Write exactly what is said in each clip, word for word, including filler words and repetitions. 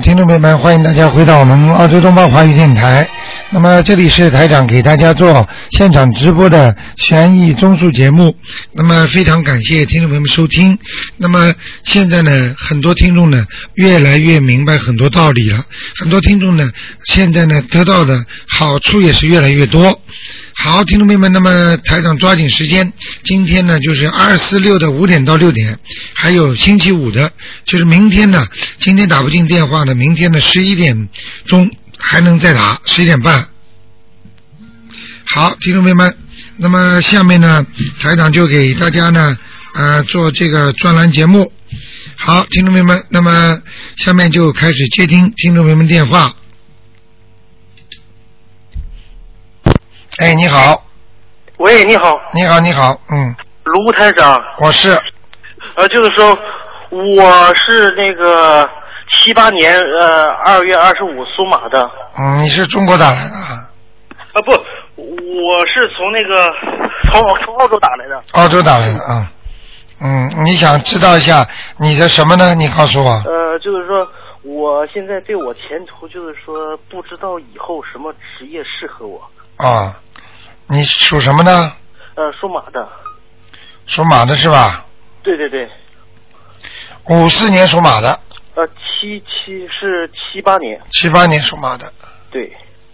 听众朋友们，欢迎大家回到我们澳洲东方华语电台。那么这里是台长给大家做现场直播的悬疑综述节目。那么非常感谢听众朋友们收听。那么现在呢，很多听众呢越来越明白很多道理了，很多听众呢现在呢得到的好处也是越来越多。好，听众朋友们，那么台长抓紧时间，今天呢就是二四六的五点到六点，还有星期五的，就是明天呢，今天打不进电话呢，明天的十一点钟还能再打，十一点半。好，听众朋友们，那么下面呢，台长就给大家呢，呃，做这个专栏节目。好，听众朋友们，那么下面就开始接听听众朋友们电话。哎，你好。 喂，你好。 你好，你好，嗯。 卢台长。 我是。 呃，就是说，我是那个七八年呃二月二十五属马的。 嗯，你是中国打来的啊？ 啊不，我是从那个从从澳洲打来的。 澳洲打来的啊。嗯，你想知道一下你的什么呢？你告诉我。 呃，就是说，我现在对我前途，就是说，不知道以后什么职业适合我。 啊，你属什么呢？ 呃，属马的。 属马的是吧？ 对对对。 五四年属马的。 呃，七七是七八年。 七八年属马的。 对。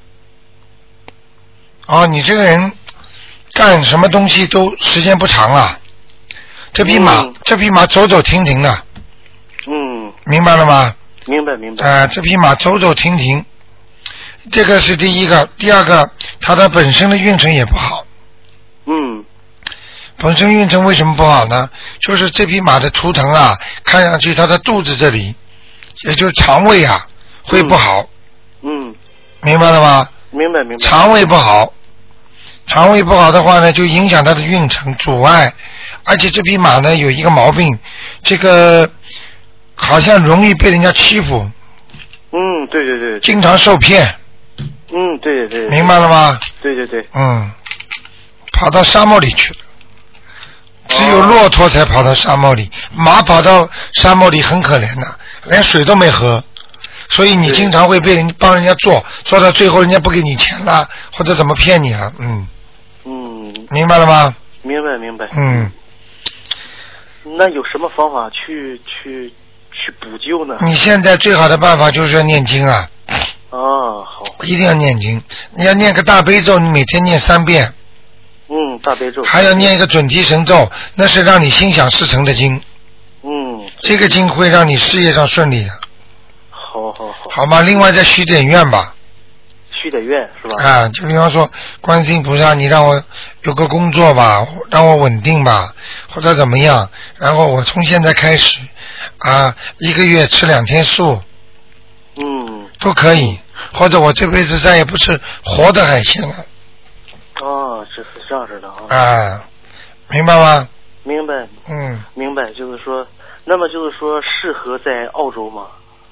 哦，你这个人干什么东西都时间不长啊。这匹马，嗯、这匹马走走停停的。 嗯。明白了吗？ 明白明白。 呃，这匹马走走停停。这个是第一个，第二个，它的本身的运程也不好。 嗯。 本身运程为什么不好呢？就是这匹马的图腾啊，看上去它的肚子这里，也就是肠胃啊，会不好。 嗯。 明白了吗？ 明白明白。 肠胃不好，肠胃不好的话呢，就影响它的运程，阻碍。而且这匹马呢有一个毛病，这个好像容易被人家欺负。 嗯，对对对。 经常受骗。 嗯，对对对。 明白了吗？ 对对对。 嗯，跑到沙漠里去了。只有骆驼才跑到沙漠里，马跑到沙漠里很可怜的，连水都没喝。所以你经常会被人帮人家做，做到最后人家不给你钱了，或者怎么骗你啊？嗯。 嗯。 明白了吗？ 明白明白。 嗯。 那有什么方法去去去补救呢？ 你现在最好的办法就是要念经啊。 啊，好。 一定要念经，你要念个大悲咒，你每天念三遍。 嗯，大悲咒。 还要念一个准提神咒，那是让你心想事成的经。 嗯。 这个经会让你事业上顺利的。 好好好。 好吗？另外再许点愿吧。 许点愿是吧？ 啊，就比方说，观世音菩萨，你让我有个工作吧，让我稳定吧，或者怎么样，然后我从现在开始啊，一个月吃两天素。 嗯。 都可以，或者我这辈子再也不吃活的海鲜了。 哦，这是这样式的啊。 啊，明白吗？ 明白。 嗯。 明白，就是说，那么就是说，适合在澳洲吗？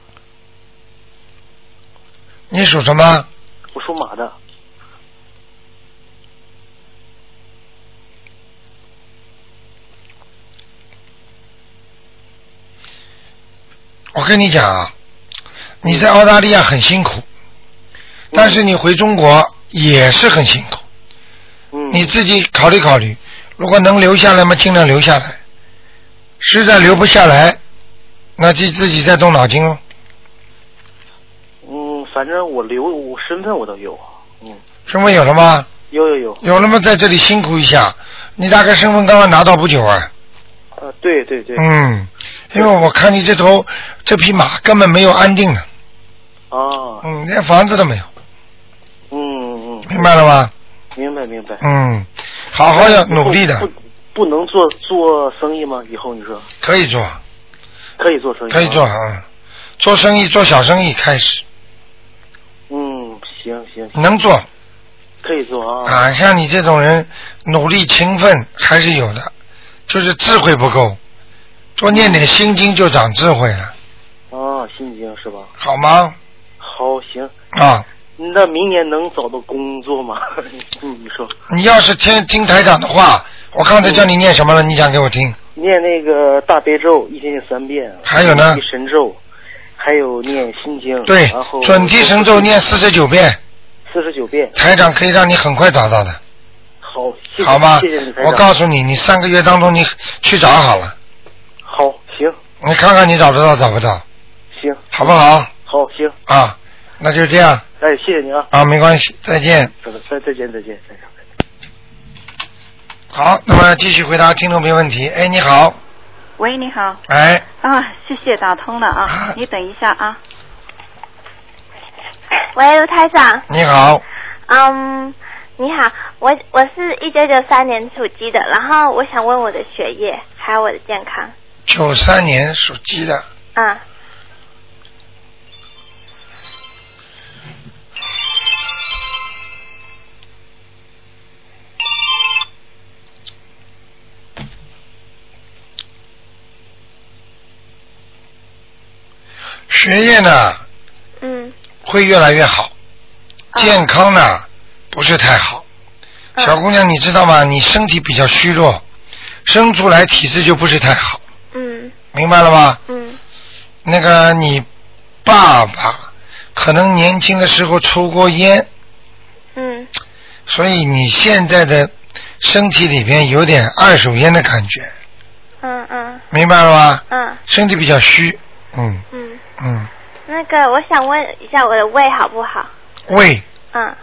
你属什么？ 我属马的。 我跟你讲啊，你在澳大利亚很辛苦，但是你回中国也是很辛苦。 嗯。 你自己考虑考虑，如果能留下来嘛，尽量留下来；实在留不下来，那就自己再动脑筋哦。 嗯，反正我留我身份我都有。嗯。 身份有了吗？ 有有有。 有了吗？在这里辛苦一下，你大概身份刚刚拿到不久啊。 呃，对对对。 嗯，因为我看你这头这匹马根本没有安定的。 哦。 嗯，连房子都没有。 嗯嗯。 明白了吗？ 明白明白。 嗯，好好要努力的。 不不能做做生意吗？以后你说。 可以做。 可以做生意。 可以做啊，做生意做小生意开始。 嗯，行行。 能做。 可以做啊。 啊，像你这种人，努力勤奋还是有的。就是智慧不够，多念点心经就长智慧了。 哦，心经是吧？ 好吗？ 好，行。 啊。 那明年能找到工作吗？嗯，你说。 你要是听听台长的话，我刚才叫你念什么了？嗯、你讲给我听。 念那个大悲咒，一天念三遍。 还有呢？ 神咒， 还有念心经。 对， 然后准提神咒念四十九遍。 四十九遍。 台长可以让你很快找到的。 好，谢谢好吗？ 谢谢你台长。 我告诉你，你三个月当中你去找好了。 好，行。 你看看你找得到找不到？ 行。 好不好？ 好，行。 啊，那就这样。 哎，谢谢你啊。 啊，没关系，再见。 再再见再见再见。 好，那么继续回答听众朋友问题。哎，你好。 喂，你好。 哎。 啊，谢谢打通了啊，啊你等一下啊。 喂，卢台长。 你好。 嗯，你好，我我是一九九三年属鸡的，然后我想问我的学业还有我的健康。 九三年属鸡的。 嗯。 学业呢， 嗯， 会越来越好，健康呢不是太好。小姑娘，你知道吗？你身体比较虚弱，生出来体质就不是太好。 嗯。 明白了吗？ 嗯。 那个你爸爸可能年轻的时候抽过烟。 嗯。 所以你现在的身体里边有点二手烟的感觉。 嗯嗯。 明白了吗？ 嗯。 身体比较虚。嗯。 嗯。 嗯。 那个，我想问一下我的胃好不好？ 胃。 嗯。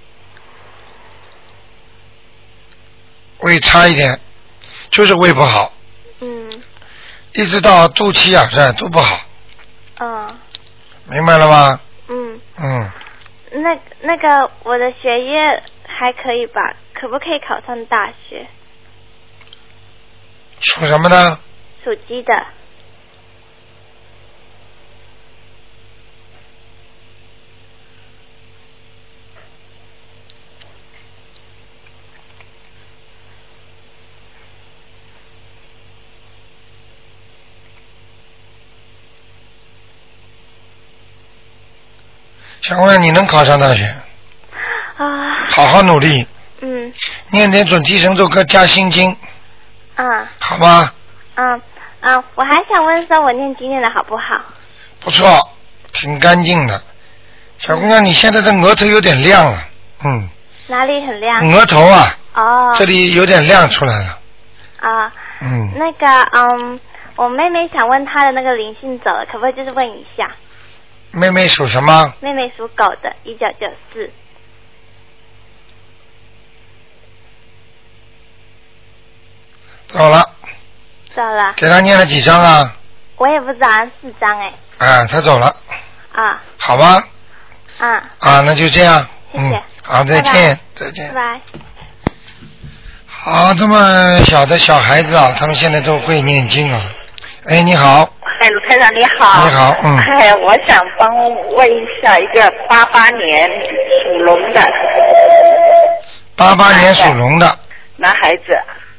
胃差一点，就是胃不好。 嗯。 一直到肚脐眼这都不好。 嗯。 明白了吗？ 嗯。 嗯。 那那个我的学业还可以吧？可不可以考上大学？ 属什么呢？ 属鸡的。 想问你能考上大学？ 啊。 好好努力。 嗯。 念点准提神咒跟加心经。 嗯。 好吗？ 嗯嗯，我还想问说，我念经念的好不好？ 不错，挺干净的。小姑娘，你现在的额头有点亮了。嗯。 哪里很亮？ 额头啊。 哦。 这里有点亮出来了。 啊。 嗯。 那个嗯，我妹妹想问她的那个灵性走了，可不可以就是问一下？ 妹妹属什么？ 妹妹属狗的，一九九四。 走了。 走了。 给她念了几张啊？ 我也不知道，四张哎。 啊，她走了。 啊。 好吧。 啊。 啊，那就这样。 谢谢。 嗯。好，再见， 拜拜再见。 拜拜。 好，这么小的小孩子啊，他们现在都会念经啊。哎，你好。 哎，卢台长你好。 你好，嗯。 哎，我想帮问一下一个八八年属龙的。 八八年属龙的。 男孩子。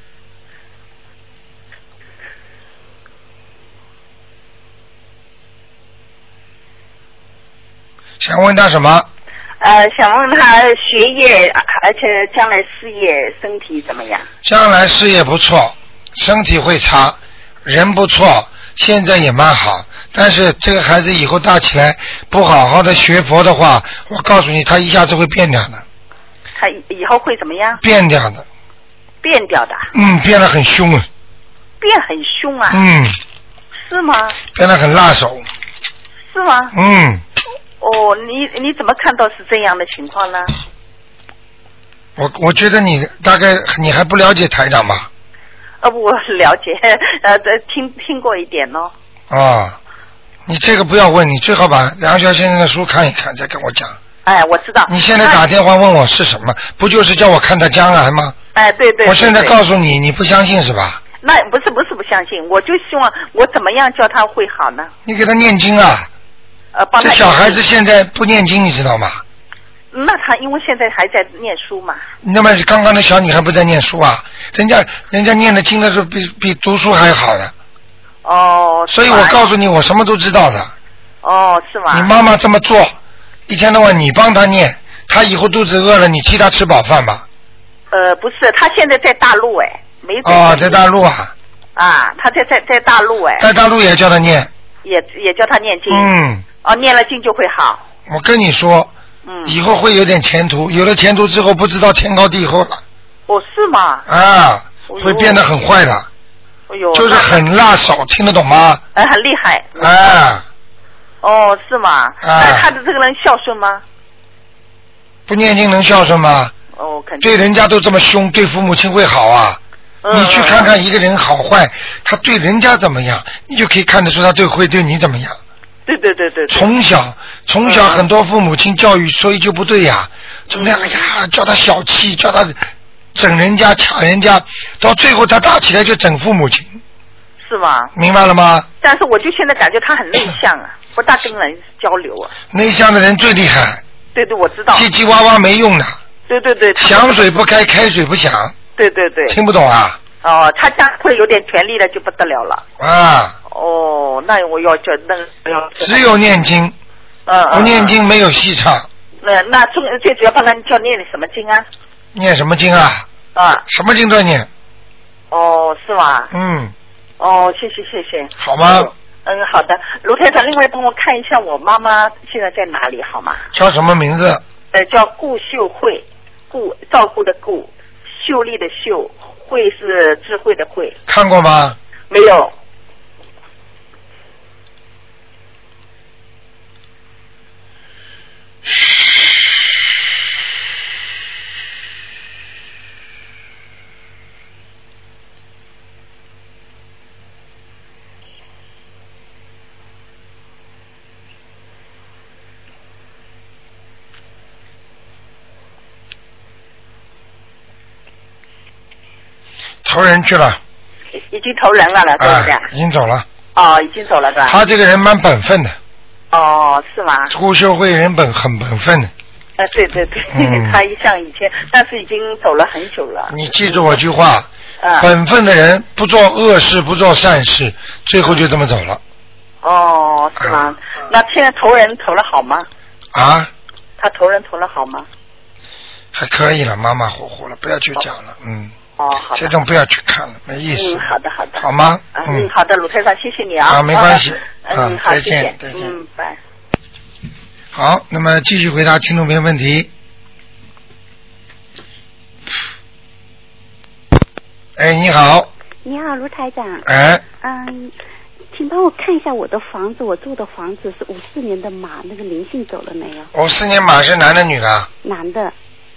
想问他什么？ 呃，想问他学业，而且将来事业、身体怎么样？ 将来事业不错，身体会差，人不错，现在也蛮好。但是这个孩子以后大起来，不好好的学佛的话，我告诉你，他一下子会变掉的。 他以后会怎么样？ 变掉的。 变掉的。 嗯，变得很凶啊。 变很凶啊。 嗯。 是吗？ 变得很辣手。 是吗？ 嗯。 哦，你你怎么看到是这样的情况呢？ 我我觉得你大概你还不了解台长吧？ 呃，我了解，呃，听听过一点哦。 啊，你这个不要问，你最好把梁晓先生的书看一看，再跟我讲。 哎，我知道。 你现在打电话问我是什么？不就是叫我看他将来吗？ 哎，对对。 我现在告诉你，你不相信是吧？ 那不是不是不相信，我就希望我怎么样叫他会好呢？ 你给他念经啊。 呃，帮他。 这小孩子现在不念经，你知道吗？ 那他因为现在还在念书嘛。 那么刚刚的小女孩不在念书啊？人家人家念的经的时候比比读书还好的。 哦。 所以我告诉你，我什么都知道的。 哦，是吗？ 你妈妈这么做，一天到晚你帮她念，她以后肚子饿了，你替她吃饱饭吧。 呃，不是，她现在在大陆哎，没在。 哦，在大陆啊。 啊，她在在在大陆哎。 在大陆也叫她念。 也也叫他念经。 嗯。 哦，念了经就会好。 我跟你说， 嗯， 以后会有点前途，有了前途之后不知道天高地厚了。 哦，是吗？ 啊，会变得很坏的。 哎呦， 就是很辣手，听得懂吗？ 哎，很厉害。 啊。 哦，是吗？ 啊。 那他的这个人孝顺吗？ 不念经能孝顺吗？ 哦，肯定。 对人家都这么凶，对父母亲会好啊？ 嗯、 你去看看一个人好坏，他对人家怎么样，你就可以看得出他对会对你怎么样。 对对对对。 从小从小很多父母亲教育所以就不对呀，从那哎呀叫他小气，叫他整人家抢人家，到最后他打起来就整父母亲。 是吗？ 明白了吗？ 但是我就现在感觉他很内向啊，不大跟人交流啊。 内向的人最厉害。 对对，我知道。 叽叽哇哇没用的。 对对对。 响水不开，开水不响。 对对对。 听不懂啊？ 哦，他将会有点权利了，就不得了了。 啊。 哦，那我要叫那要。 只有念经。 嗯。 不念经没有戏唱。 那那最最主要帮他叫念什么经啊？ 念什么经啊？ 啊。 什么经都念。 哦，是吗？ 嗯。 哦，谢谢谢谢。 好吗？ 嗯，好的，卢台长，另外帮我看一下我妈妈现在在哪里好吗？ 叫什么名字？ 呃，叫顾秀慧，顾照顾的顾，秀丽的秀，慧是智慧的慧。 看过吗？ 没有。 投人去了。 已经投人了了，对不对？ 啊，已经走了。 哦，已经走了，对吧？ 他这个人蛮本分的。 哦，是吗？ 顾秀慧人本很本分的。 呃，对对对， 嗯、 他一向以前，但是已经走了很久了。 你记住我句话， 嗯、 本分的人不做恶事，不做善事，最后就这么走了。 哦，是吗？啊、那现在投人投了好吗？ 啊？ 他投人投了好吗？ 还可以了，马马虎虎了，不要去讲了，哦、嗯。 哦，好的。 这种不要去看了，没意思。 嗯，好的，好的。 好吗？ 嗯，好的，鲁台长，谢谢你啊。 啊，没关系。 嗯，好， 再见， 再见。嗯，拜。 好，那么继续回答听众朋友问题。哎，你好。 你好，卢台长。 哎。 嗯，请帮我看一下我的房子，我住的房子是五四年的马，那个灵性走了没有？ 五四年马是男的女的？ 男的。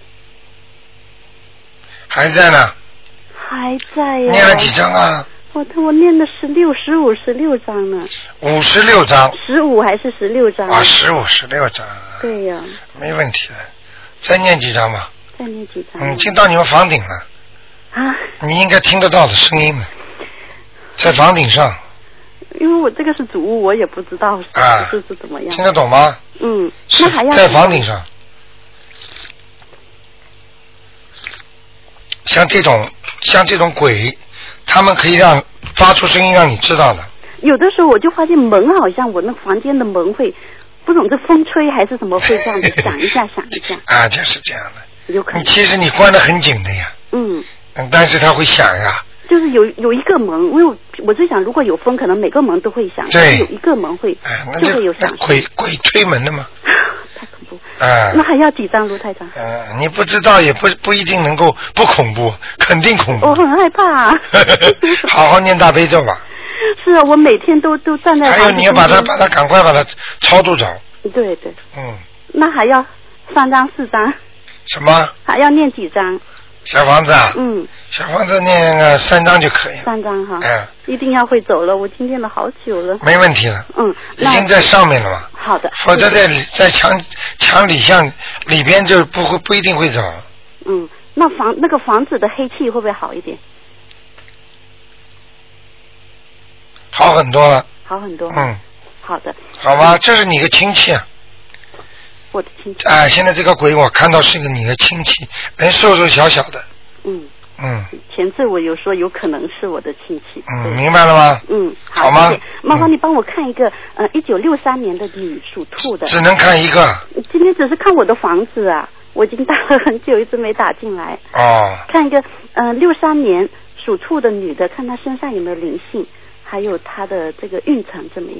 还在呢。 还在呀。 念了几张啊？ 我我念的十六、十五、十六章呢。 五十六章。 十五还是十六章？ 啊，十五、十六章。 对呀。 没问题的，再念几张吧。 再念几张？ 嗯，进到你们房顶了。 啊。 你应该听得到的声音了，在房顶上。 因为我这个是主屋，我也不知道啊是是怎么样。 听得懂吗？ 嗯。那还要在房顶上。像这种像这种鬼，他们可以让发出声音让你知道的。 有的时候我就发现门好像我那房间的门会，不懂是风吹还是什么会这样子响一下响一下。 啊，就是这样的。 有可能。 你其实你关得很紧的呀。 嗯。 嗯，但是它会响呀。 就是有有一个门，因为我我就想，如果有风，可能每个门都会响。 对。 有一个门会， 哎，那就会有响。 鬼鬼推门的嘛。 太恐怖。 啊。 那还要几张，卢台长？ 嗯、呃，你不知道也不不一定能够不恐怖，肯定恐怖。 我很害怕、啊。 好好念大悲咒吧。 是啊，我每天都都站在。 还有你要把它把它赶快把它超度走。 对对。 嗯。 那还要三张四张。 什么？ 还要念几张？ 小房子啊。 嗯。 小房子念个三张就可以了。 三张哈。 嗯。 一定要会走了，我今天了好久了。 没问题了。 嗯。 已经在上面了嘛。 好的。 否则在在墙墙里向里边就不会不一定会走。 嗯，那房那个房子的黑气会不会好一点？ 好很多了。 好很多。 嗯。 好的。 好吧，这是你的亲戚啊。 我的亲戚。 哎、呃，现在这个鬼我看到是个你的亲戚，人瘦瘦小小的。 嗯。 嗯。 前次我有说有可能是我的亲戚。 嗯，明白了吗？ 嗯，好， 好吗？ 谢谢。麻烦你帮我看一个，呃，一九六三年的女属兔的。 只能看一个。 今天只是看我的房子啊，我已经打了很久，一直没打进来。 哦。 看一个，呃，六三年属兔的女的，看她身上有没有灵性，还有她的这个运程怎么样？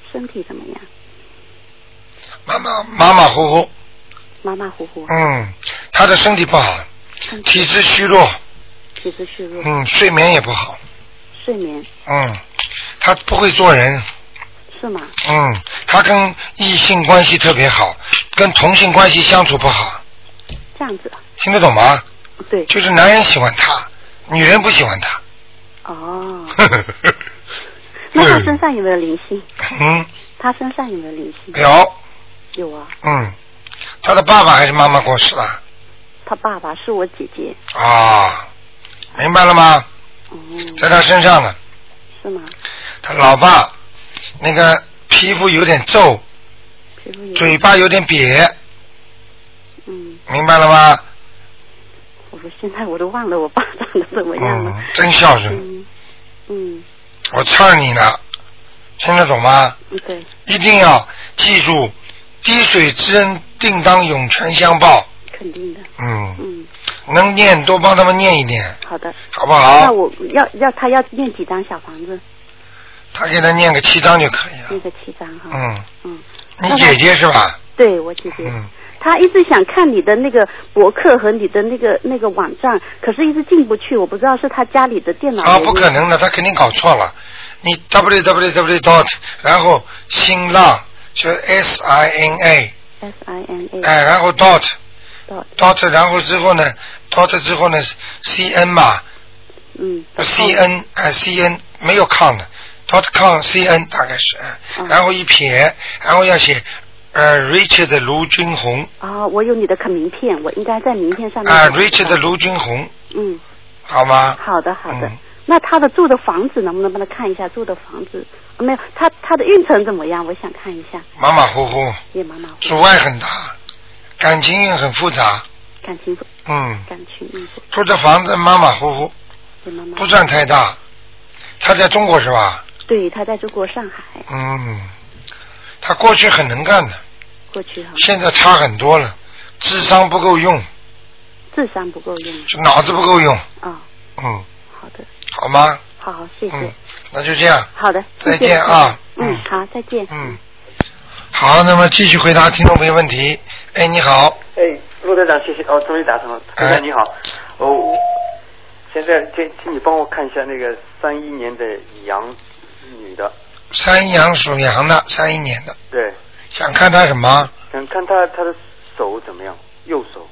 身体怎么样？ 马马马马虎虎。 马马虎虎。 嗯，他的身体不好，体质虚弱。 体质虚弱。 嗯，睡眠也不好。 睡眠。 嗯，他不会做人。 是吗？ 嗯，他跟异性关系特别好，跟同性关系相处不好。 这样子。 听得懂吗？ 对。 就是男人喜欢他，女人不喜欢他。 哦。那他身上有没有灵性？ 嗯。 他身上有没有灵性？ 有。 有啊。 嗯，他的爸爸还是妈妈过世了？ 他爸爸是我姐姐。 啊，明白了吗？ 嗯。 在他身上呢。 是吗？ 他老爸那个皮肤有点皱， 皮肤有嘴巴有点瘪。 嗯。 明白了吗？ 我现在我都忘了我爸长得怎么样了。 嗯，真孝顺。 嗯。嗯。 我劝你呢，听得懂吗？ 对。 一定要记住，滴水之恩，定当涌泉相报。 肯定的。 嗯。 嗯。 能念多帮他们念一点。 好的。 好不好？ 那我要要他要念几张小房子？ 他给他念个七张就可以了。 念个七张哈。 嗯。 嗯。 你姐姐是吧？ 对，我姐姐。 嗯。 他一直想看你的那个博客和你的那个那个网站，可是一直进不去，我不知道是他家里的电脑。 啊，不可能的，他肯定搞错了。你 w w w dot 然后新浪就 s i n a s i n a 哎，然后 dot dot dot 然后之后呢 dot 之后呢 c n 嘛， 嗯 c n 哎 c n 没有 com 的 dot com c n 大概是， 嗯、 然后一撇，然后要写呃 Richard 卢军红。 啊，我有你的名片，我应该在名片上面。 啊 Richard 卢军红。 嗯。 好吗？ 好的好的。 嗯， 那他的住的房子能不能帮他看一下？住的房子没有，他他的运程怎么样？我想看一下。 马马虎虎。 也马马虎虎。 阻碍很大，感情运很复杂。 感情。 嗯。 感情运。 住的房子马马虎虎。 也马马。 不算太大。他在中国是吧？ 对，他在中国上海。 嗯。他过去很能干的。 过去哈。 现在差很多了，智商不够用。 智商不够用。 就脑子不够用。 啊、哦。 嗯。 好的。 好吗？ 好，好，谢谢。 嗯，那就这样。 好的， 再见啊。 嗯，好，再见。 嗯。好，那么继续回答听众朋友问题。哎，你好。 哎，陆队长，谢谢哦，终于打通了。队长你好，哦，现在请请你帮我看一下那个三一年的羊女的。 山羊属羊的，三一年的。 对。 想看他什么？ 想看他他的手怎么样，右手。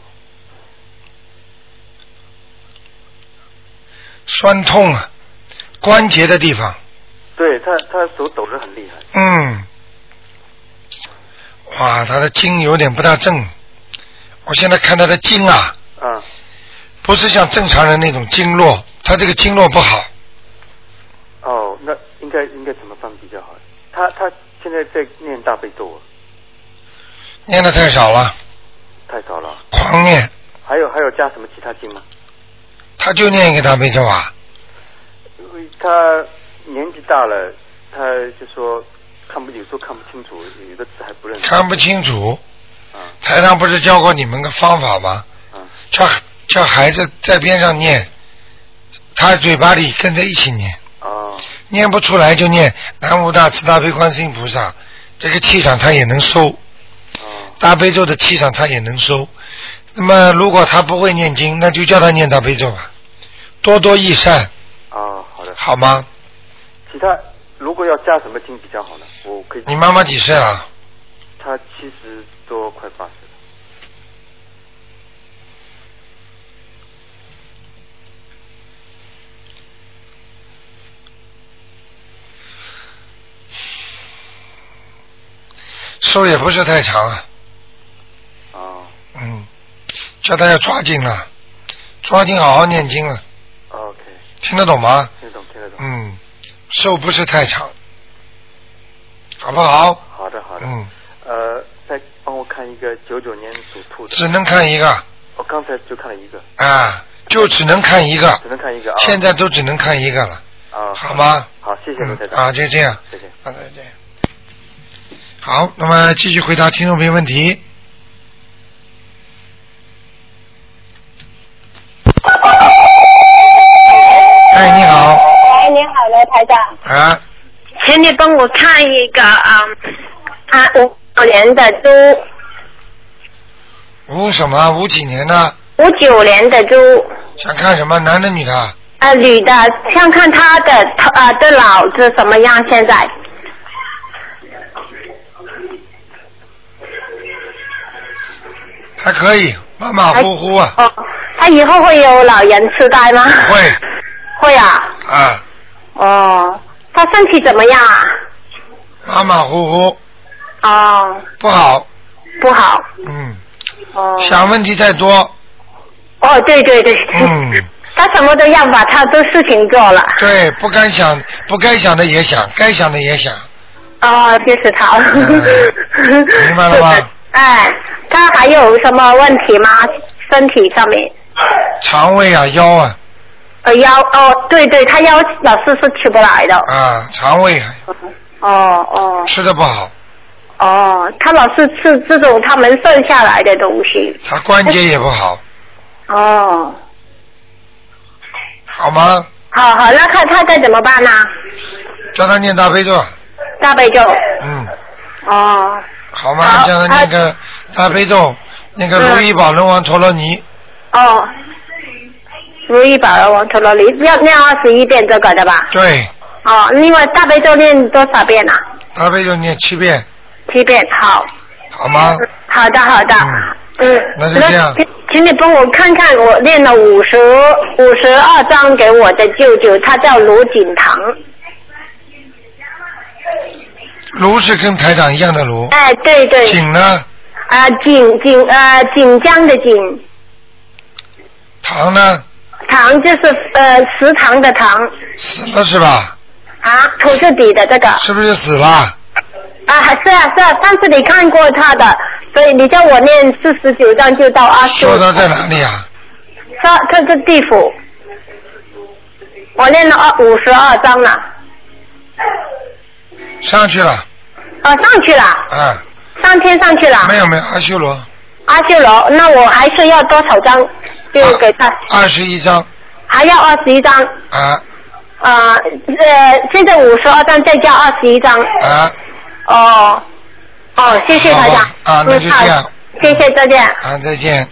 酸痛啊，关节的地方。 对他，他手抖得很厉害。 嗯。哇，他的筋有点不大正。我现在看他的筋啊。 嗯。 不是像正常人那种经络，他这个经络不好。 哦，那应该应该怎么办比较好？他他现在在念大悲咒啊。 念的太少了。 太少了。 狂念。 还有还有加什么其他经吗？ 他就念一个大悲咒啊。 因为他年纪大了，他就说看不有时候看不清楚，有的字还不认识。 看不清楚。 嗯。 台上不是教过你们个方法吗？ 嗯。 叫叫孩子在边上念，他嘴巴里跟着一起念。 哦。 念不出来就念南无大慈大悲观世音菩萨，这个气场他也能收。 哦。 大悲咒的气场他也能收。那么如果他不会念经，那就叫他念大悲咒吧，多多益善。 哦，好的。 好吗？ 其他如果要加什么经比较好呢？我可以。 你妈妈几岁了？ 她七十多，快八十了。 手也不是太长啊。 哦。 嗯，叫他要抓紧了，抓紧好好念经了。 OK。 听得懂吗？ 听得懂，听得懂。 嗯，手不是太长，好不好？ 好的，好的。 嗯。 呃，再帮我看一个九九年属兔的。 只能看一个。 我刚才就看了一个。 啊，就只能看一个。 只能看一个啊。 现在都只能看一个了。 啊。 好吗？ 好，谢谢卢台长。 啊，就这样。 谢谢。 啊，再见。好，那么继续回答听众朋友问题。哎，你好。 哎，你好，罗台长。 啊。 请你帮我看一个嗯啊，五九年的猪。 五什么？五几年的？ 五九年的猪。 想看什么？男的女的？ 呃，女的，想看她的呃的脑子怎么样？现在？ 还可以，马马虎虎啊。 哦，她以后会有老人痴呆吗？ 会。 会啊。 啊。 哦，她身体怎么样啊？ 马马虎虎。 哦。 不好。 不好。 嗯。 哦。 想问题太多。 哦，对对对。 嗯。 他什么都要把他的事情做了。 对，不该想，不该想的也想，该想的也想。 哦，就是他。 嗯、明白了吗？ 哎，他还有什么问题吗？身体上面？ 肠胃啊，腰啊。 呃，腰哦，对对，他腰老是是起不来的。 啊，肠胃还。 哦哦。 吃的不好。 哦，他老是吃这种他们剩下来的东西。 他关节也不好。 哦。 好吗？ 好好，那看他该怎么办呢？ 叫他念大悲咒。 大悲咒。 嗯。 哦。 好吗？好叫他念个大悲咒，那个如意宝轮王陀罗尼。 哦。如意宝轮王陀罗尼要念二十一遍这个的吧？ 对。 哦，另外大悲咒念多少遍啊？ 大悲咒念七遍。 七遍，好。 好吗？ 好的，好的。嗯。嗯。 那就这样。 请你帮我看看，我练了五十五十二章给我的舅舅，他叫卢锦堂。 卢是跟台长一样的卢。 哎，对对。 锦呢？ 啊，锦锦呃锦江的锦。 堂呢？ 堂就是呃食堂的堂。 死了是吧？ 啊，土字底的这个。 是不是死了？ 啊，是啊是啊，上次你看过他的。所以你叫我念四十九章就到二十。 说到在哪里啊？ 这这是地府，我念了二五十二章了。 上去了。 哦，上去了。 嗯。 上天上去了。 没有没有，阿修罗。 阿修罗，那我还是要多少张就给他？ 二十一张。 还要二十一张。 啊。 呃呃，现在五十二张再加二十一张。 啊。 哦。哦，谢谢台长。 啊，那就这样。 谢谢，再见。 啊，再见。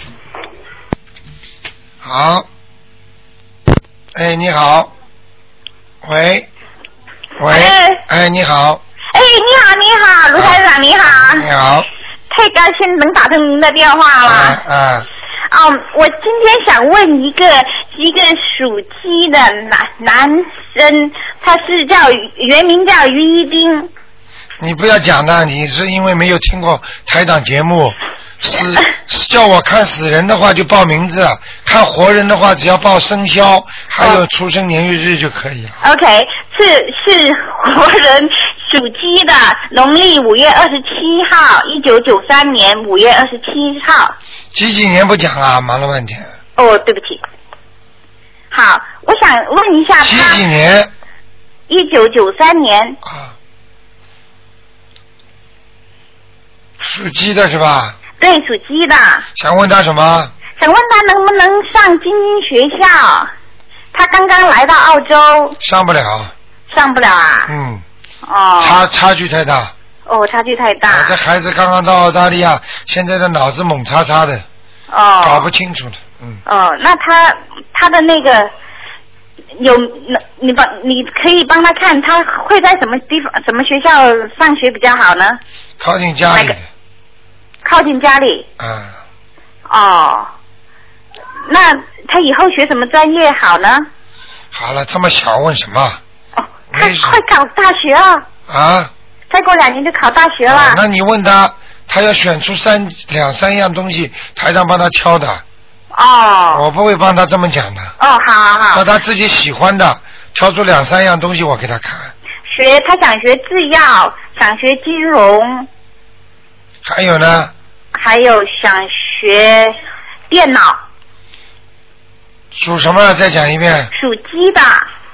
好。哎，你好。喂。喂。哎，你好。 哎，你好，你好，卢台长，你好。 你好。 太高兴能打通您的电话了。 啊啊。 嗯，我今天想问一个一个属鸡的男男生，他是叫原名叫于一丁。 你不要讲的，你是因为没有听过台长节目，死叫我看死人的话就报名字，看活人的话只要报生肖还有出生年月日就可以了。 OK， 是是活人属鸡的，农历五月二十七号，一九九三年五月二十七号。 几几年不讲啊？忙了半天。 哦，对不起。好，我想问一下他。 几几年？ 一九九三年。 啊。属鸡的是吧？ 对，属鸡的。 想问他什么？ 想问他能不能上精英学校？他刚刚来到澳洲。 上不了。 上不了啊？ 嗯。 哦。 差差距太大。 哦，差距太大。 啊、这孩子刚刚到澳大利亚，现在的脑子猛叉叉的。 哦。 搞不清楚的，嗯。 哦，那他他的那个有你帮你可以帮他看，他会在什么地方、什么学校上学比较好呢？ 靠近家里的。 靠近家里。 嗯。 哦，那他以后学什么专业好呢？ 好了，这么小问什么？ 哦，他快考大学了。 啊？ 再过两年就考大学了。 啊、那你问他，他要选出三两三样东西，台上帮他挑的。 哦。 我不会帮他这么讲的。 哦，好好好。 那他自己喜欢的，挑出两三样东西我给他看。 学，他想学制药，想学金融。 还有呢？ 还有想学电脑。 属什么？再讲一遍。 属鸡的。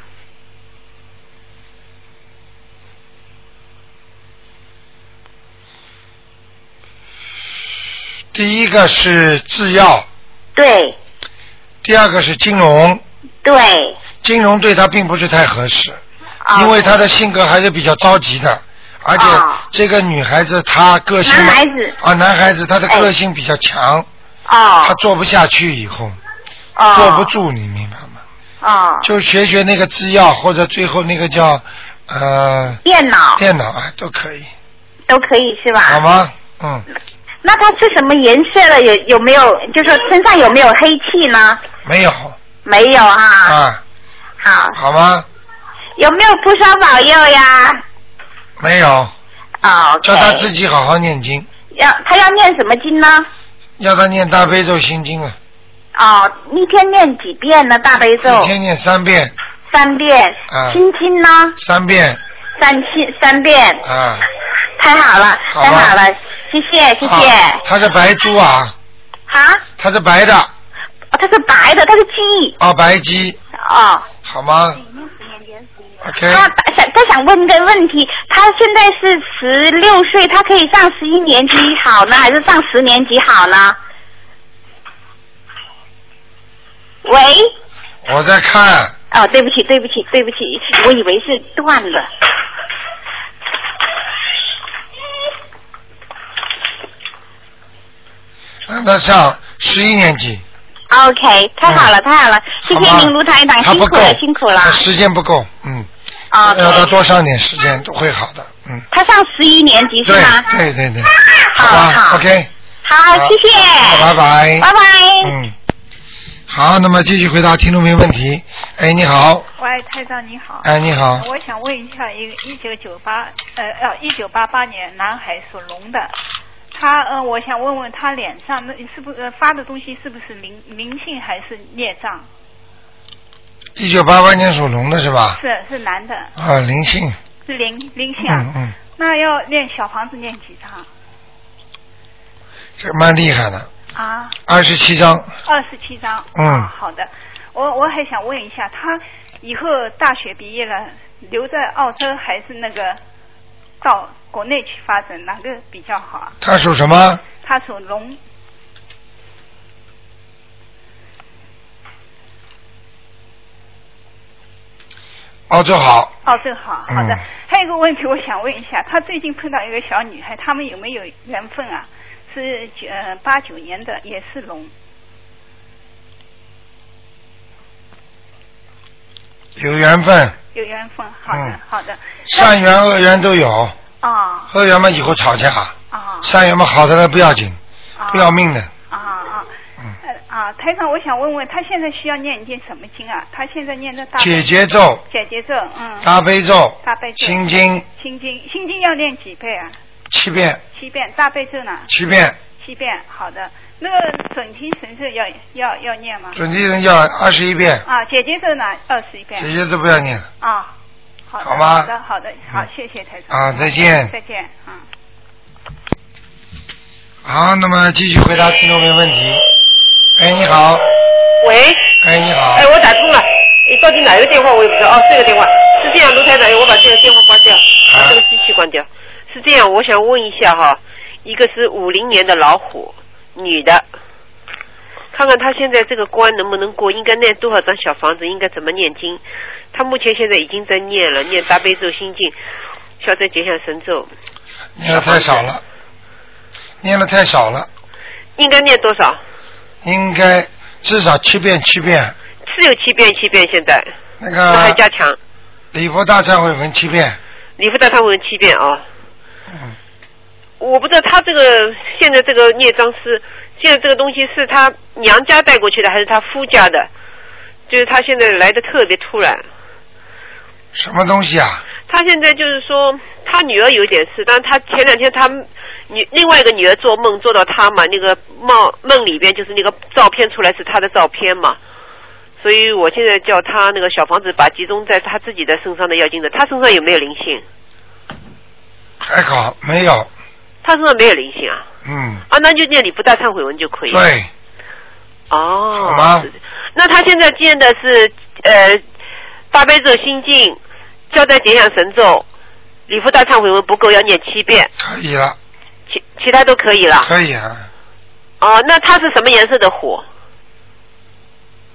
第一个是制药。 对。 第二个是金融。 对。 金融对他并不是太合适， 哦、 因为他的性格还是比较着急的。 而且这个女孩子她个性， 男孩子啊，男孩子他的个性比较强， 哦， 他做不下去以后， 哦， 坐不住，你明白吗？ 哦， 就学学那个制药，或者最后那个叫呃电脑， 电脑啊都可以， 都可以是吧？ 好吗？嗯。 那它是什么颜色的？有有没有？就是身上有没有黑气呢？ 没有。 没有啊。 啊。 好。 好吗？ 有没有菩萨保佑呀？ 没有。 哦。Okay. 叫他自己好好念经。 要他要念什么经呢？ 要他念大悲咒心经啊。 哦，一天念几遍呢？大悲咒。 一天念三遍。 三遍。 啊。 心经呢？ 三遍。 三七三遍。 啊。 太好了， 好太好了，谢谢谢谢。 它是白猪啊。 啊？ 它是白的。 哦，它是白的，它是鸡。 哦，白鸡。 哦。 好吗 ？OK。 他想他想问个问题，他现在是十六岁，他可以上十一年级好呢，还是上十年级好呢？喂。 我在看。 哦，对不起，对不起，对不起，我以为是断了。 让他上十一年级。 OK， 太好了，嗯、太好了，谢谢您卢台长，辛苦了，辛苦了。 时间不够，嗯。 啊、okay。 要他多上点时间都会好的，嗯。 他上十一年级是吗？ 对对对对。 好吧好 ，OK。 好，谢谢。 拜拜。 拜拜。 嗯。好，那么继续回答听众朋友问题。哎，你好。 喂，台长你好。 哎，你好。 我想问一下，一个一九九八呃呃一九八八年男孩属龙的。他呃，我想问问他脸上那是不是、呃、发的东西是不是灵灵性还是孽障？ 一九八八年属龙的是吧？ 是是男的。 啊，灵性。 是灵灵性啊。 嗯嗯。 那要念小房子念几张？ 这蛮厉害的。 啊。 二十七张。 二十七张。 嗯、 啊。好的，我我还想问一下，他以后大学毕业了，留在澳洲还是那个到国内去发展，哪个比较好啊？ 他属什么？ 他属龙。 澳洲好。 澳洲好，好的、 嗯。 还有一个问题，我想问一下，他最近碰到一个小女孩，他们有没有缘分啊？是呃八九年的，也是龙。 有缘分。 有缘分，好的、嗯、好的。 善缘恶缘都有。 啊。 恶缘嘛以后吵架。 啊。 善缘嘛好的了不要紧， 啊、 不要命的。 啊啊。嗯。啊，台长，我想问问他现在需要念一件什么经啊？他现在念的大解结咒。 解结咒，嗯。 大悲咒。 大悲咒。 心经。 心经，心经要念几倍啊？ 七遍。 七遍，大悲咒呢？ 七遍。 七遍，好的。那个准提神咒要要要念吗？ 准提神要二十一遍。 啊，姐姐咒呢？二十一遍。 姐姐咒不要念。 啊，好的。 好吗？ 好的，好的，好，谢谢台长。 啊，再见。 再见，嗯。 好，那么继续回答听众朋友问题。哎，你好。 喂。 哎，你好。 哎，我打通了。你到底哪个电话我也不知道。哦，这个电话是这样，卢台长，我把这个电话关掉，把、啊、这个机器关掉。是这样，我想问一下哈，一个是五零年的老虎，女的，看看她现在这个关能不能过，应该念多少张小房子，应该怎么念经？她目前现在已经在念了，念大悲咒、心经、消灾吉祥神咒。 念的太少了，念的太少了。 应该念多少？ 应该至少七遍，七遍。 是有七遍，七遍现在。 那个。 那还加强。 礼佛大忏悔文七遍。 礼佛大忏悔文七遍啊、哦。 嗯。 我不知道他这个现在这个孽障是现在这个东西是他娘家带过去的还是他夫家的？就是他现在来的特别突然。 什么东西啊？ 他现在就是说他女儿有点事，但是他前两天他女另外一个女儿做梦做到他嘛，那个梦梦里边就是那个照片出来是他的照片嘛，所以我现在叫他那个小房子把集中在他自己的身上的要经者，他身上有没有灵性？ 还好，没有。 他身上没有灵性啊？ 嗯。 啊，那就念礼佛大忏悔文就可以了。 对。 哦。 好吗？ 那他现在念的是呃大悲咒、心经、消灾吉祥神咒、礼佛大忏悔文不够，要念七遍。 可以了。 其其他都可以了。 可以啊。 哦，那它是什么颜色的虎？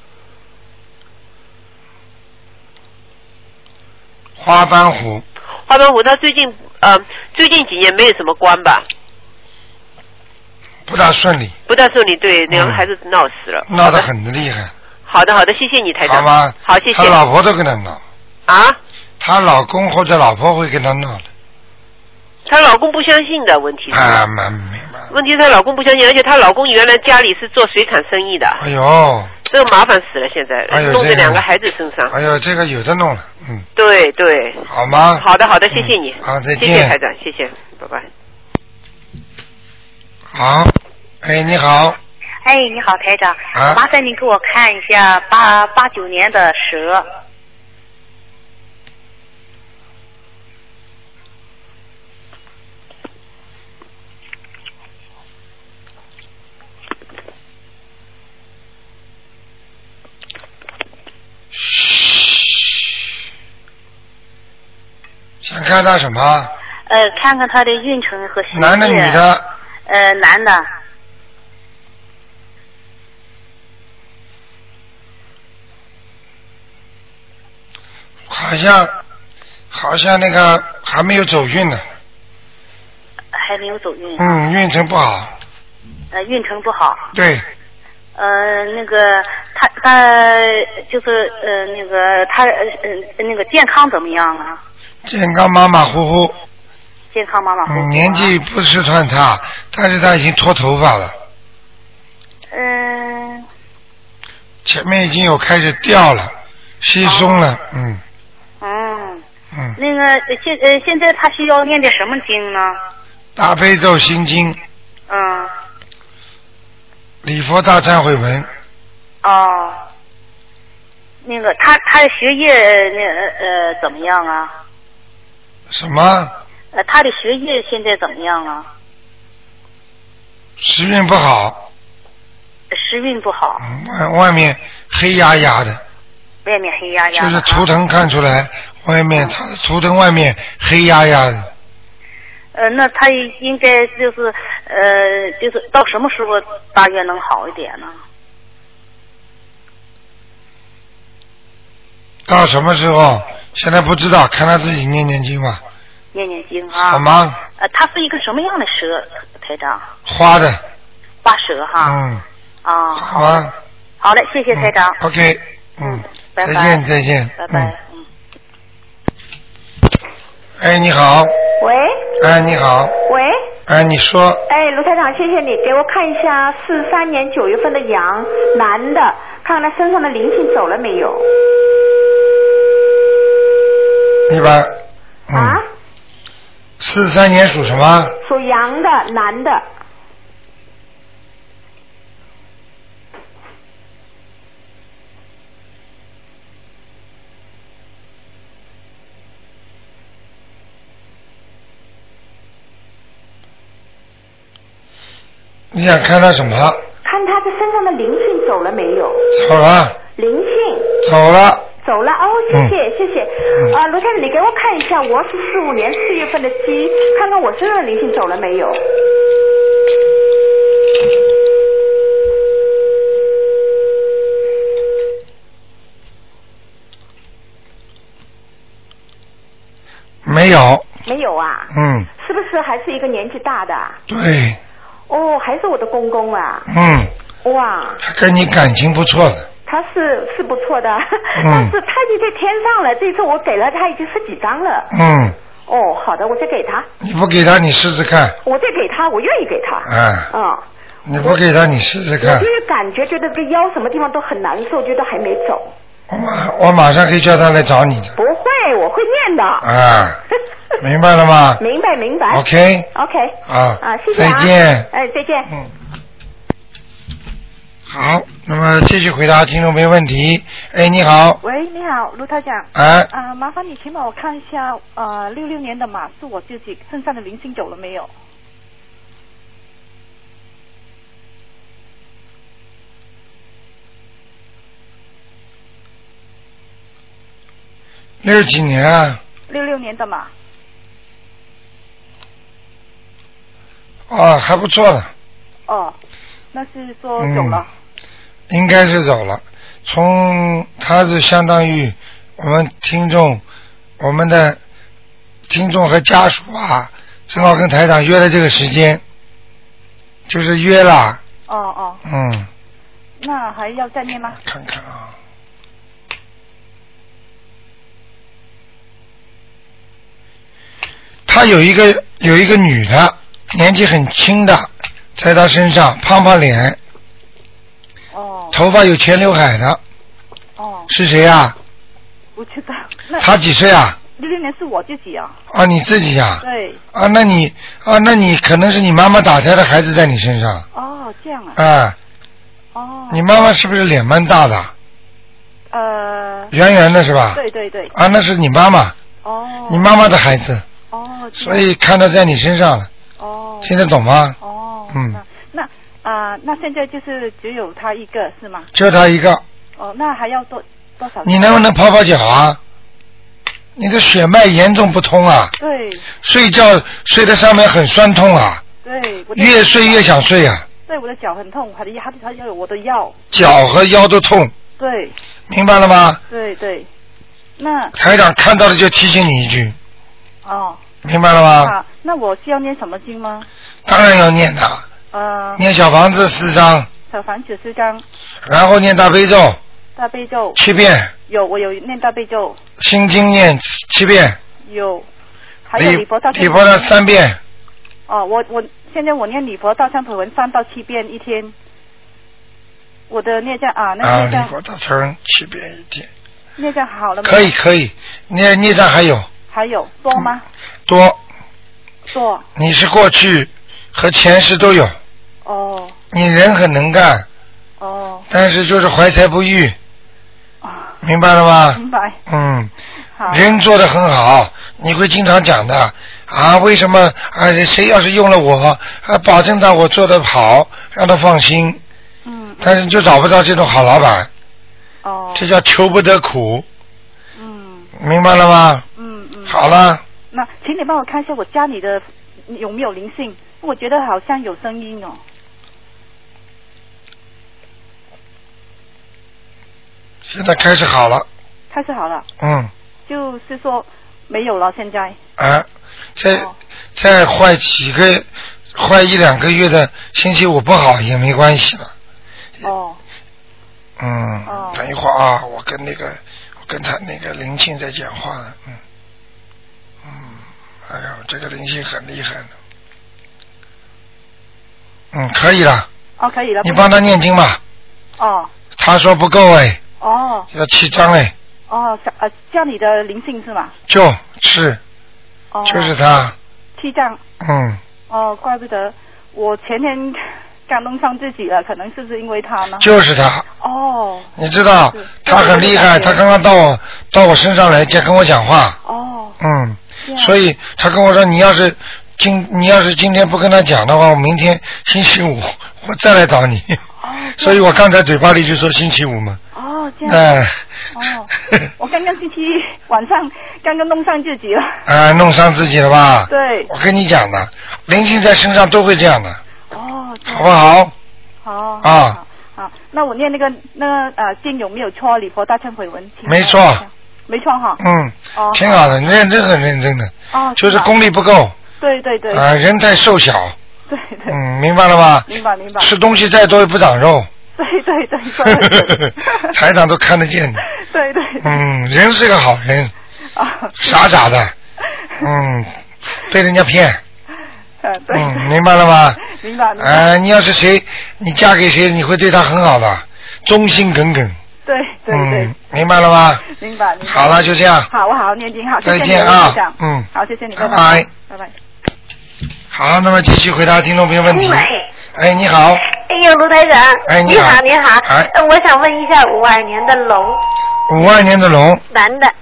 花斑虎。 花花斑虎他最近呃最近几年没有什么关吧？ 不大顺利。 不大顺利，对，两个孩子闹死了。 闹得很厉害。 好的好的，谢谢你台长。 好吗？ 好，谢谢。 他老婆都跟他闹。 啊？ 他老公或者老婆会跟他闹的。 她老公不相信的问题是。 啊，蛮明白。 问题是她老公不相信，而且她老公原来家里是做水产生意的。 哎呦。这个麻烦死了，现在、哎、弄在两个孩子身上。 哎呦，这个有的弄了，嗯。 对对。 好吗？ 好的好的，谢谢你。 好、嗯，再见。 谢谢台长，谢谢，拜拜。 好，哎，你好。 哎，你好，台长。 啊。 麻烦你给我看一下八八九年的蛇。 想看他什么？ 呃，看看他的运程和学业。 男的女的？ 呃，男的。 好像，好像那个还没有走运呢。 还没有走运。 嗯，运程不好。 呃，运程不好。 对。 呃，那个他他就是呃那个他呃那个健康怎么样啊？ 健康马马虎虎。 健康马马虎虎、啊。 嗯，年纪不是算差，但是他已经脱头发了。 嗯、呃。 前面已经有开始掉了，稀松了，嗯。 嗯。 嗯。 那个现呃现在他需要念点什么经呢？ 大悲咒心经。 嗯。 礼佛大忏悔文。 哦。那个他他的学业那呃怎么样啊？ 什么？ 呃，他的学业现在怎么样啊？ 时运不好。 时运不好。 嗯，外外面黑压压的。 外面黑压压的。 就是图腾看出来，外面他图腾外面黑压压的。 呃，那他应该就是呃，就是到什么时候大约能好一点呢？ 到什么时候？现在不知道，看他自己念念经吧。 念念经啊。 好吗？ 呃，它是一个什么样的蛇，台长？ 花的。 花蛇哈。 嗯。 啊。 好啊。 好嘞，谢谢台长。 嗯、OK， 嗯， 拜拜再见再见。 拜拜。 嗯。哎，你好。 喂。 哎，你好。 喂。 哎，你说。 哎，卢台长，谢谢你，给我看一下四三年九月份的羊，男的，看看他身上的灵性走了没有。 一般。 嗯、啊？ 四三年属什么？ 属羊的，男的。 你想看他什么？ 看他的身上的灵性走了没有？ 走了。 灵性。 走了。 走了哦，谢谢、嗯、谢谢。啊，卢太太，你给我看一下，我是四五年四月份的鸡，看看我身上的灵性走了没有？ 没有。 没有啊？ 嗯。 是不是还是一个年纪大的？ 对。 哦，还是我的公公啊。 嗯。 哇。 他跟你感情不错的。 他是是不错的， 嗯、 但是他已经在天上了。这次我给了他已经十几张了。 嗯。 哦，好的，我再给他。 你不给他，你试试看。 我再给他，我愿意给他。 啊。 嗯。 你不给他，你试试看。 我就是感觉觉得这个腰什么地方都很难受，觉得还没走。 我马我马上可以叫他来找你的。 不会，我会念的。 啊。明白了吗？ 明白明白。 OK。 OK。 啊。 啊，谢谢啊。 再见。 哎，再见。 嗯。好，那么继续回答听众朋友问题。哎，你好。 喂，你好，卢台长。 哎。 啊，麻烦你请帮我看一下，呃，六六年的马是我自己身上的灵性走了没有？ 六几年啊？ 六六年的马。 哦，还不错的。 哦，那是说走了。 嗯应该是走了，从他是相当于我们听众，我们的听众和家属啊，正好跟台长约了这个时间，就是约了。 哦哦。 嗯。 那还要再念吗？ 看看啊。他有一个有一个女的，年纪很轻的，在他身上，胖胖脸， 哦， 头发有前刘海的， 哦， 是谁啊？ 不知道。那他几岁啊？ 六六年是我自己啊。 啊，你自己呀、啊？ 对。 啊，那你啊，那你可能是你妈妈打胎的孩子在你身上。 哦，这样啊。 啊。 哦。 你妈妈是不是脸蛮大的？ 呃。 圆圆的是吧？ 对对对。 啊，那是你妈妈。 哦。 你妈妈的孩子。 哦。 所以看到在你身上了。 哦。 听得懂吗？ 哦。 嗯。 那啊、呃，那现在就是只有他一个是吗？ 就他一个。 哦，那还要多多少？ 你能不能跑跑脚啊？你的血脉严重不通啊！ 对。 睡觉睡在上面很酸痛啊！ 对。 越睡越想睡啊！ 对，我的脚很痛，还还还有我的腰。 脚和腰都痛。 对。 明白了吗？ 对对。那。 台长看到了就提醒你一句。 哦。 明白了吗？ 好，那我需要念什么经吗？ 当然要念的。 呃。 念小房子四张。 小房子四张。 然后念大悲咒。 大悲咒七遍。 有，我有念大悲咒。 心经念七遍。 有。还有礼佛大礼佛的三遍。 哦，我我现在我念礼佛大忏悔文三到七遍一天。我的孽障啊，那啊， 孽障。 礼佛大忏悔七遍一天。 孽障好了吗？ 可以可以，孽孽障还有。 还有多吗？ 多。 多。 你是过去和前世都有。 哦。 你人很能干。 哦。 但是就是怀才不遇。明白了吗？ 明白。 嗯。 好。 人做得很好，你会经常讲的啊？为什么啊？谁要是用了我，啊，保证到我做得好，让他放心。 嗯。 但是就找不到这种好老板。 哦。 这叫求不得苦。嗯。明白了吗？ 嗯嗯。 好了。 那请你帮我看一下我家里的有没有灵性？我觉得好像有声音哦。 现在开始好了。 开始好了。 嗯。 就是说没有了，现在。 啊，再、哦、再坏几个，坏一两个月的星期五不好也没关系了。 哦。 嗯。哦、等一会儿啊，我跟那个，我跟他那个灵性在讲话呢，嗯。嗯，哎呦，这个灵性很厉害的。嗯，可以了。 哦，可以了。 你帮他念经吧。 哦。 他说不够哎。 哦。 要七张哎。 哦，呃，家里的灵性是吗？ 就是。哦。就是他。 七张。 嗯。 哦，怪不得我前天刚弄上自己了，可能是不是因为他呢？ 就是他。 哦。 你知道他很厉害，他刚刚到我到我身上来在跟我讲话。 哦。 嗯。所以他跟我说，你要是今你要是今天不跟他讲的话，我明天星期五我再来找你。哦。所以我刚才嘴巴里就说星期五嘛。 哦，这样。 哎。 哦。我刚刚星期晚上刚刚弄上自己了。 啊，弄伤自己了吧？ 对。 我跟你讲的，灵性在身上都会这样的。 哦。 好不好？ 好。 啊。 好，那我念那个那个呃经有没有错？礼佛大忏悔文。 没错。 没错哈。 嗯。 哦。 挺好的，认真很认真的。 哦。 就是功力不够。 对对对。 啊，人太瘦小。 对对。 嗯，明白了吗？ 明白明白。 吃东西再多也不长肉。 对对对。 台长都看得见的。 对对。 嗯，人是个好人。 啊。 傻傻的。嗯，被人家骗。 嗯， 明白了吗？ 明白明白。 呃，你要是谁，你嫁给谁，你会对他很好的，忠心耿耿。 对对对。 嗯，明白了吗？ 明白明白。 好了，就这样。 好，我好好念经，好， 再见啊。嗯。 好，谢谢你，拜拜。 拜拜。 好，那么继续回答听众朋友问题。哎，你好。 哎呦，卢台长。 哎， 你好，你好。 哎， 我想问一下，五二年的龙。 五二年的龙。 男的。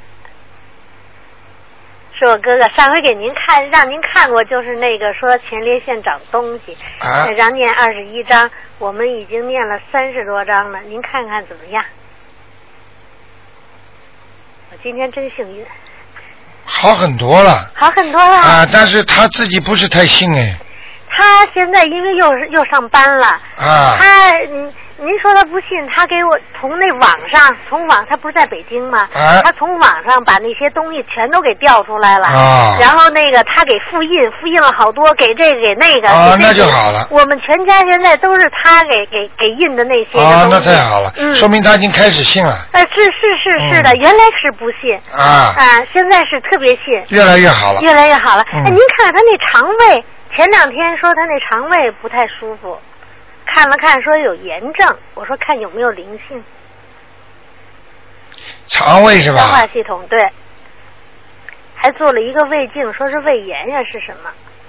是我哥哥，上回给您看，让您看过，就是那个说前列腺长东西， 啊， 让念二十一章，我们已经念了三十多章了，您看看怎么样？我今天真幸运。 好很多了。 好很多了。 啊，但是他自己不是太信哎。 他现在因为又又上班了。 啊。 他嗯您说他不信，他给我从那网上，从网他不是在北京吗？ 啊、 他从网上把那些东西全都给调出来了， 啊、 然后那个他给复印，复印了好多，给这个给那个。 啊，那就好了。 我们全家现在都是他给给给印的那些的啊， 东西。 那太好了， 嗯， 说明他已经开始信了。 呃，是是是是的， 嗯、 原来是不信啊啊，现在是特别信， 越来越好了， 越来越好了。 嗯、 哎，您看看他那肠胃，前两天说他那肠胃不太舒服。看了看，说有炎症，我说看有没有灵性。 肠胃是吧？ 消化系统对，还做了一个胃镜，说是胃炎呀，是什么？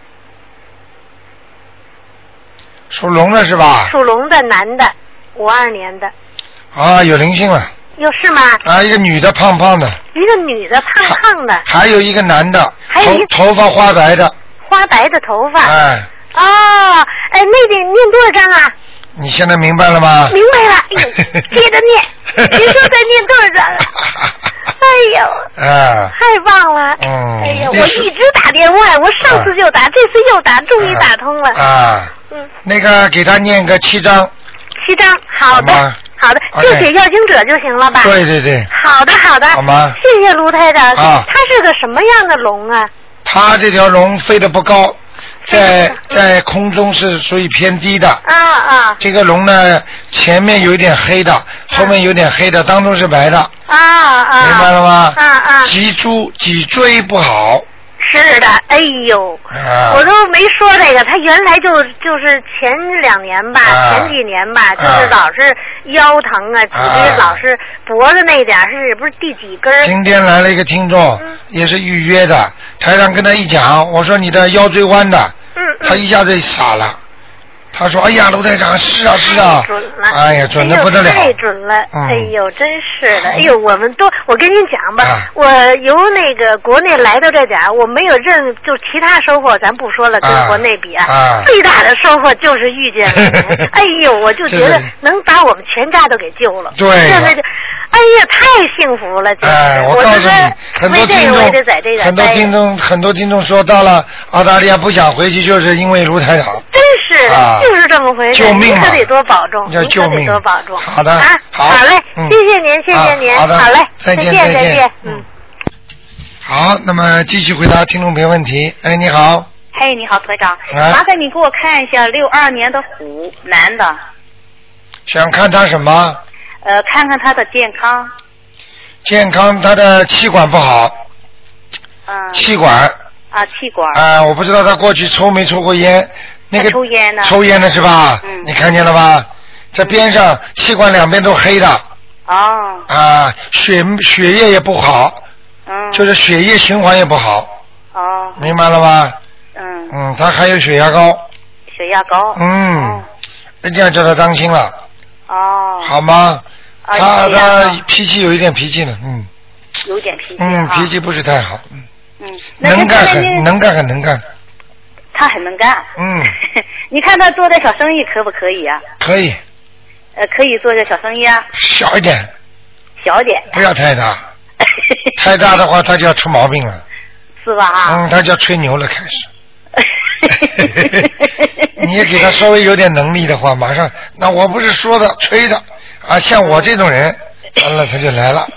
属龙的是吧？ 属龙的男的，五二年的。 啊，有灵性了。 有是吗？ 啊，一个女的胖胖的。 一个女的胖胖的。 还有一个男的， 还有一头头发花白的。 花白的头发。 哎。 哦，哎，那得念多少章啊？ 你现在明白了吗？ 明白了，哎呦，接着念。您说再念多少章啊？哎呦， 啊， 太棒了！ 嗯， 哎呀，我一直打电话，我上次就打，啊、这次又打，终于打通了。 啊，嗯，那个给他念个七章。 七章，好的，好的，就写要经者就行了吧？ 对对对。 好的，好的， 好吗？ 谢谢卢台长。 啊， 他是个什么样的龙啊？ 他这条龙飞得不高。在在空中是属于偏低的啊啊！ 这个龙呢，前面有一点黑的，后面有点黑的，当中是白的啊啊！ 明白了吗？ 啊啊！ 脊柱脊椎不好。 是的，哎呦， 啊、 我都没说这个，他原来就就是前两年吧，啊、前几年吧，就是老是腰疼啊，脊椎、啊、老是脖子那点是不是第几根？ 今天来了一个听众，嗯、也是预约的，台上跟他一讲，我说你的腰椎弯的， 嗯嗯、 他一下子傻了。他说：“哎呀，卢台长，是啊是啊， 准了， 哎呀，准的不得了， 太准了， 嗯、 哎呦，真是的，哎呦，我们都，我跟您讲吧， 啊、 我由那个国内来到这点，我没有任，就其他收获咱不说了，跟国内比啊， 啊最大的收获就是遇见了您，哎呦，我就觉得能把我们全家都给救了， 对， 现在就。”哎呀，太幸福了！ 哎，我告诉你，很多听众，很多听众，很多听众说到了澳大利亚不想回去，就是因为卢台长。 真是， 啊、 就是这么回事。 救命您可得多保重， 要救命， 您可得多保重。 好的， 啊， 好， 好嘞， 嗯、 谢谢您，谢谢您， 好的， 好嘞， 再见， 再见，见，嗯。 好，那么继续回答听众朋友问题。哎，你好。 嘿，你好，台长， 啊、 麻烦你给我看一下六二年的虎男的。 想看他什么？ 呃，看看他的健康。 健康，他的气管不好。 嗯。 气管。 啊，气管。 啊，我不知道他过去抽没抽过烟。那个抽烟的。 抽烟的是吧？ 嗯。 你看见了吧？在边上，气管两边都黑的。 哦。 啊，血血液也不好。 嗯。 就是血液循环也不好。 哦。 明白了吗？ 嗯。 嗯，他还有血压高。 血压高。 嗯。 哦、 一定要叫他当心了。 哦。 好吗？ 啊、 他他脾气有一点脾气呢，嗯。 有点脾气。 嗯，脾气不是太好，嗯。 嗯。 能干很能干很能干。 他很能干。 嗯。 你看他做点小生意可不可以啊？ 可以。 呃，可以做点小生意啊。 小一点。 小一点。 不要太大。太大的话，他就要出毛病了。 是吧？ 嗯，他就要吹牛了，开始。你也给他稍微有点能力的话，马上，那我不是说的吹的啊，像我这种人，完了他就来了。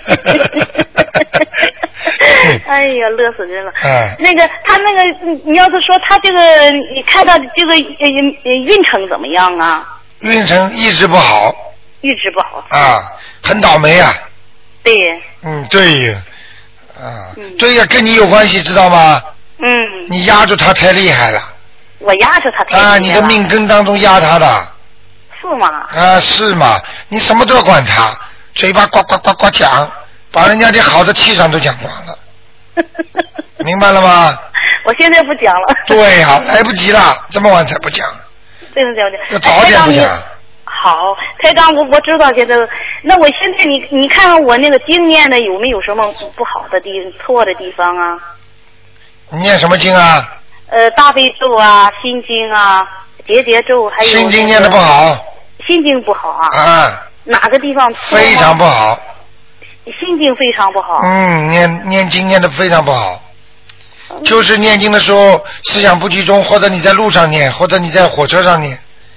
哎呀，乐死人了！ 哎， 那个他那个，你要是说他这个，你看他这个呃运程怎么样啊？ 运程一直不好。 一直不好。 啊，很倒霉啊。 对。 嗯，对呀。啊，嗯、对呀，跟你有关系，知道吗？ 嗯。 你压住他太厉害了。 我压住他太厉害了。 啊，你的命根当中压他的。 是吗？ 啊，是嘛？你什么都要管他，嘴巴呱呱呱呱讲，把人家的好的气场都讲光了。明白了吗？ 我现在不讲了。 对呀、啊，来不及了，这么晚才不讲。 对对对， 要早点不讲。 好，台长，我我知道现在，那我现在你你看看我那个经念的有没有什么不好的地错的地方啊？ 你念什么经啊？ 呃，大悲咒啊，心经啊，结节咒，还有、那个、 心经念的不好。 心经不好啊。 啊。 哪个地方错？ 非常不好。 心经非常不好。 嗯，念念经念的非常不好。嗯、就是念经的时候思想不集中，或者你在路上念，或者你在火车上念。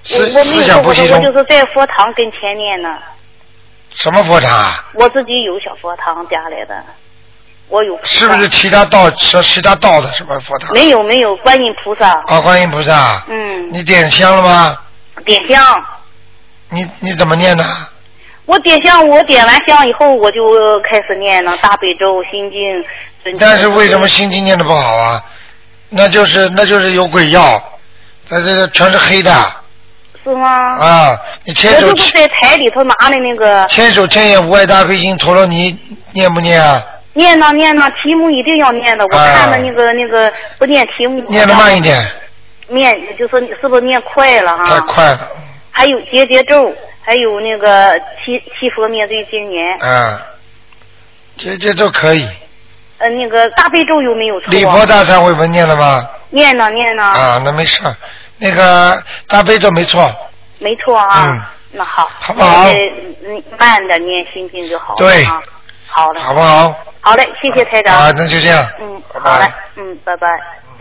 思我我没有思想不做过， 集中。 我就是在佛堂跟前念呢。 什么佛堂啊？ 我自己有小佛堂家里的，我有。 是不是其他道是其他道的什么佛堂？ 没有没有，观音菩萨。 啊，观音菩萨。 嗯。 你点香了吗？ 点香。 你你怎么念的？ 我点香，我点完香以后，我就开始念了大悲咒、心经。 但是为什么心经念的不好啊？那就是那就是有鬼药，它这个全是黑的。 是吗？ 啊，你千手我就是在台里头拿的那个。 千手千眼无碍大悲心陀罗尼念不念啊？ 念呢念呢，题目一定要念的。我看的那个、啊、那个不念题目。 念的慢一点。 念就是是不是念快了啊？ 太快了。 还有结节咒，还有那个七七佛灭罪真言。 啊，结节咒可以。 呃，那个大悲咒有没有错？ 礼佛大忏悔文念了吗？ 念呢念呢。 啊，那没事。那个大悲咒没错。 没错啊。 嗯。 那好。 好不好？ 嗯，慢点念心经就好了。 对。 啊、好的。 好不好？ 好嘞，谢谢台长。 啊，那就这样。 嗯， 拜拜好嘞，嗯，拜拜。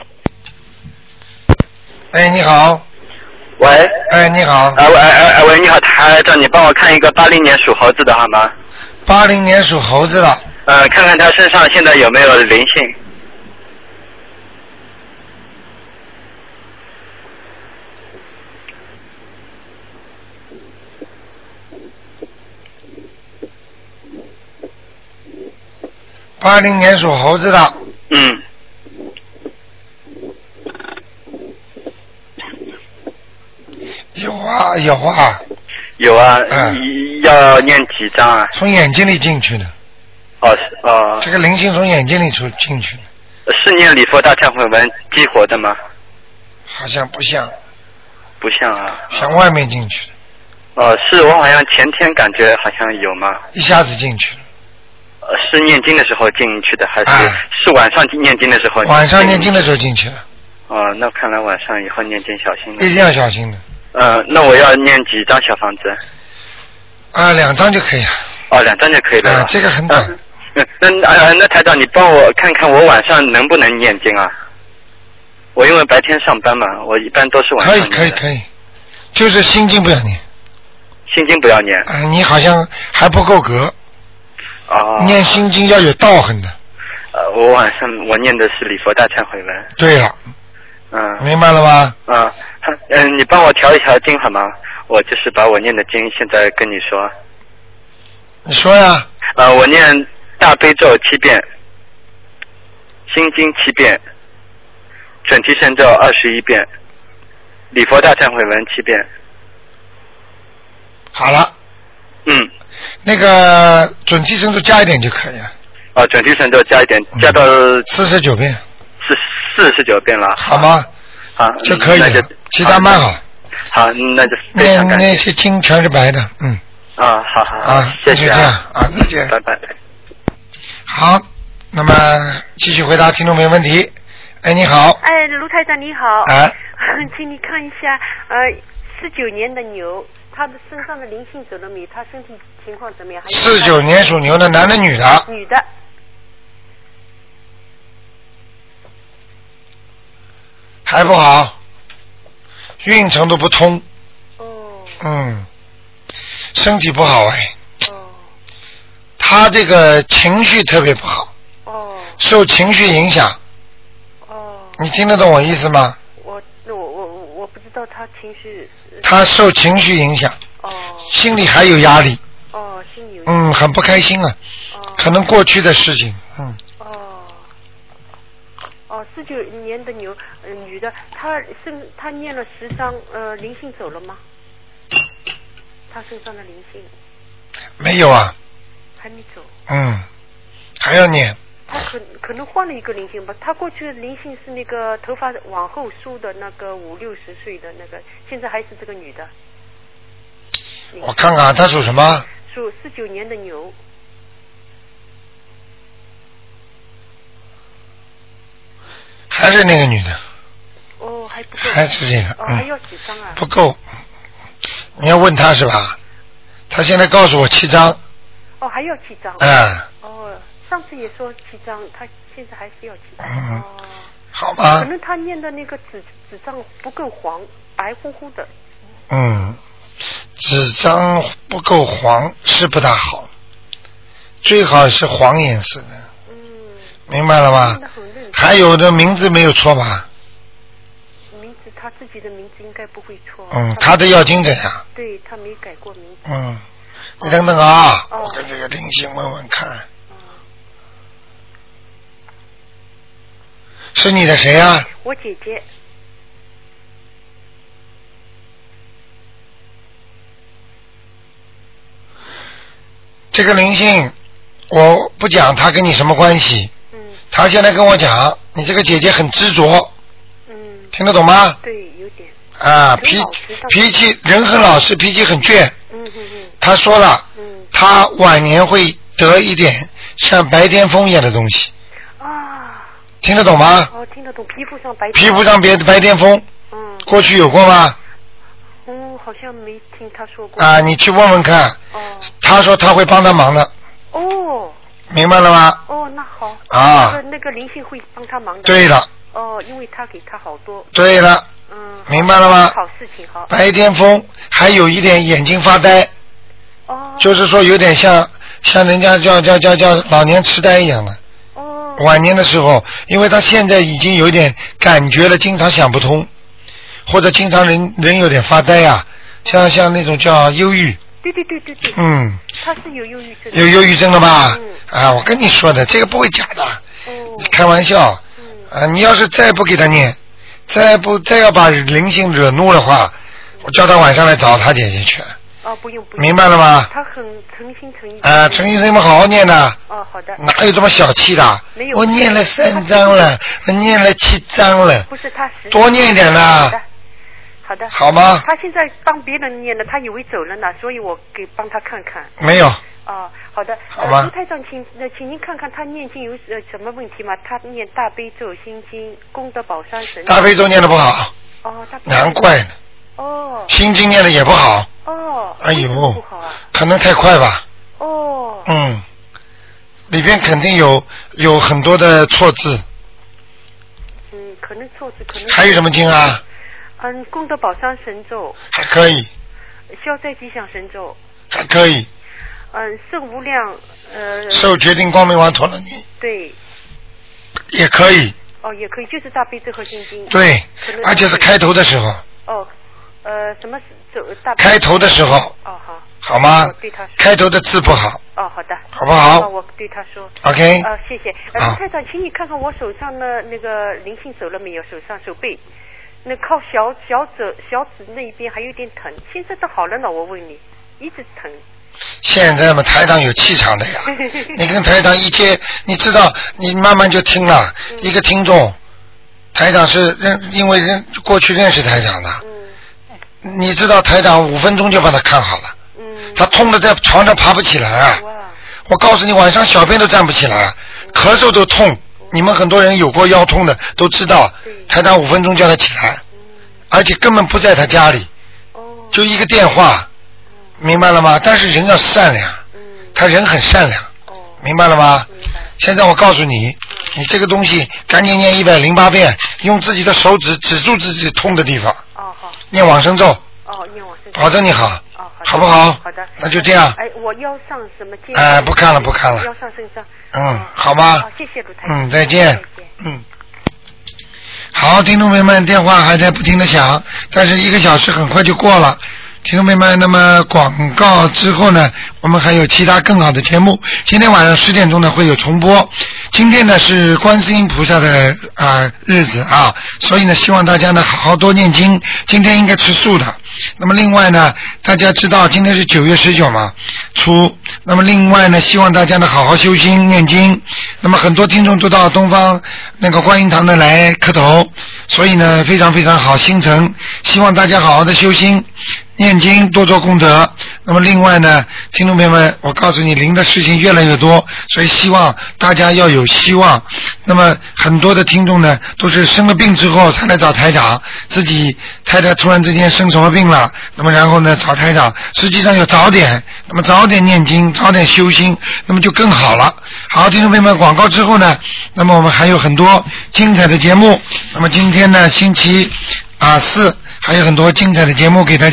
哎，你好。 喂。 哎，你好。 啊喂哎哎喂，你好，台长，你帮我看一个八零年属猴子的好吗？ 八零年属猴子的。 呃，看看他身上现在有没有灵性。 八零年属猴子的。 嗯。 有啊有啊。 有啊。 嗯。 要念几张啊？ 从眼睛里进去的。 哦哦。 这个灵性从眼睛里出进去的。 是念礼佛大忏悔文激活的吗？ 好像不像。 不像啊。 向外面进去的。 哦，是我好像前天感觉好像有嘛。 一下子进去了。 呃，是念经的时候进去的，还是、啊、是晚上念经的时候？ 晚上念经的时候进去了。 哦，那看来晚上以后念经小心的。一定要小心的。 呃，那我要念几张小房子？ 啊，两张就可以了。 哦，两张就可以了。 啊，这个很短。 嗯、那呃，那台长，你帮我看看我晚上能不能念经啊？我因为白天上班嘛，我一般都是晚上念的。 可以可以可以，就是心经不要念。 心经不要念。 啊，你好像还不够格。 哦。 念心经要有道行的。 呃，我晚上我念的是礼佛大忏悔文。 对了。 嗯。 明白了吗？ 嗯，嗯，你帮我调一调经好吗？我就是把我念的经现在跟你说。 你说呀。 呃，我念大悲咒七遍，心经七遍，准提神咒二十一遍，礼佛大忏悔文七遍。 好了。 嗯。 那个准提神咒加一点就可以了。 哦，准提神咒加一点，加到四十九遍。 是四十九遍了。 好吗？ 好， 就可以了。其他蛮好。 好，那就非常感谢。 那些经全是白的，嗯。 啊，好好好， 啊， 谢谢就这样啊，再见。 拜拜。 好，那么继续回答听众没问题。哎，你好。 哎，卢台长你好。 哎。 请你看一下，呃，四九年的牛，他的身上的灵性走了没？他身体情况怎么样？ 四九年属牛的，男的女的？ 女的。 还不好，运程都不通。哦。嗯，身体不好哎。哦。他这个情绪特别不好。哦。受情绪影响。哦。你听得懂我意思吗？ 我我我我不知道他情绪。 他受情绪影响。哦。心里还有压力。哦，心里有。嗯，很不开心啊。哦。可能过去的事情，嗯。 哦，四九年的牛，呃，女的，她身她念了十张，呃，灵性走了吗？她身上的灵性没有啊。 还没走。 嗯，还要念。 她可可能换了一个灵性吧？她过去的灵性是那个头发往后梳的那个五六十岁的那个，现在还是这个女的。 我看看她属什么？ 属四九年的牛。 还是那个女的。 哦，还不够。 还是这个。 哦，还要几张啊？ 不够。你要问他是吧？他现在告诉我七张。 哦，还要七张。 嗯。 哦，上次也说七张，他现在还是要七张。 嗯。 哦。 好吗？ 可能他念的那个纸纸张不够黄，白乎乎的。 嗯，纸张不够黄是不大好，最好是黄颜色的。嗯，明白了吗？还有的名字没有错吧？ 名字他自己的名字应该不会错。 嗯，他的要经者呀。 对，他没改过名字。 嗯，你等等啊，哦、我跟这个灵性问问看。哦、是你的谁啊？ 我姐姐。 这个灵性，我不讲他跟你什么关系。嗯。他现在跟我讲，你这个姐姐很执着。嗯。听得懂吗？ 对，有点。 啊，脾脾气人很老实，脾气很倔。嗯嗯嗯。他说了，嗯，他晚年会得一点像白癜风一样的东西。啊。听得懂吗？ 哦，听得懂，皮肤上白。 皮肤上别白癜风。嗯。过去有过吗？ 嗯，好像没听他说过。 啊，你去问问看。哦。他说他会帮他忙的。哦。明白了吗？ 哦，那好。 啊。 那个那个灵性会帮他忙的。 对了。 哦，因为他给他好多。 对了。嗯。明白了吗？ 好事情好。 白癜风，还有一点眼睛发呆。哦。就是说有点像像人家叫叫叫叫老年痴呆一样的。哦。晚年的时候，因为他现在已经有点感觉了，经常想不通。或者经常人人有点发呆啊，像像那种叫忧郁。 对对对对对。 嗯。 他是有忧郁症。 有忧郁症了吧？嗯。啊，我跟你说的，这个不会假的。哦。你开玩笑。嗯。啊，你要是再不给他念，再不再要把灵性惹怒的话，我叫他晚上来找他姐姐去。 哦，不用不用。 明白了吗？ 他很诚心诚意。 啊，诚心诚意嘛，好好念的。 哦，好的。 哪有这么小气的？ 没有。 我念了三章了，我念了七章了。 不是他。 多念一点啦。 好的， 好吗？ 他现在帮别人念的，他以为走了呢，所以我给帮他看看。 没有。 哦，好的。 好吧。 卢台长，请呃，请您看看他念经有呃什么问题吗？他念大悲咒、心经、功德宝山神。 大悲咒念的不好。 哦，大悲咒。 难怪呢。 哦。 心经念的也不好。 哦。 哎呦。 不好啊。 可能太快吧。 哦。 嗯。里边肯定有有很多的错字。 嗯，可能错字，可能。 还有什么经啊？ 嗯，功德宝山神咒还可以， 消灾吉祥神咒还可以。 嗯，寿无量呃。 寿决定光明王陀罗尼。 对。 也可以。 哦，也可以，就是大悲咒和心经。 对，而且是开头的时候。 哦，呃，什么咒大？ 开头的时候。 哦，好。 好吗？ 我对他说。 开头的字不好。 哦，好的。 好不好？ 哦，我对他说。 OK。 呃，谢谢。呃，太太，请你看看我手上的那个灵性走了没有？手上手背。那靠小小指小指那一边还有点疼，现在都好了呢。我问你，一直疼。 现在嘛，台长有气场的呀。你跟台长一接，你知道，你慢慢就听了。嗯、一个听众，台长是认，因为认过去认识台长的。嗯。你知道台长五分钟就把他看好了。嗯。他痛得在床上爬不起来啊！哇！我告诉你，晚上小便都站不起来，嗯、咳嗽都痛。你们很多人有过腰痛的都知道，台长五分钟叫他起来，而且根本不在他家里，就一个电话，明白了吗？但是人要善良，他人很善良，明白了吗？现在我告诉你，你这个东西赶紧念一百零八遍，用自己的手指指住自己痛的地方，念往生咒，保证你好。好不好？ 好的， 那就这样。 哎，我腰上什么肩？ 哎，不看了，不看了。 腰上身上。 嗯，好吗？ 好，谢谢卢台长。 嗯，再见。嗯。好，听众朋友们，电话还在不停的响，但是一个小时很快就过了。听众朋友们，那么广告之后呢，我们还有其他更好的节目。今天晚上十点钟呢会有重播。今天呢是观世音菩萨的啊、呃、日子啊，所以呢希望大家呢好好多念经。今天应该吃素的。那么另外呢，大家知道今天是九月十九嘛，初。那么另外呢，希望大家呢好好修心念经。那么很多听众都到东方那个观音堂呢来磕头，所以呢非常非常好心诚，希望大家好好的修心。念经多做功德，那么另外呢，听众朋友们，我告诉你，灵的事情越来越多，所以希望大家要有希望。那么很多的听众呢，都是生了病之后才来找台长，自己太太突然之间生什么病了，那么然后呢找台长，实际上要早点，那么早点念经，早点修心，那么就更好了。好，听众朋友们，广告之后呢，那么我们还有很多精彩的节目。那么今天呢，星期啊四还有很多精彩的节目给大家。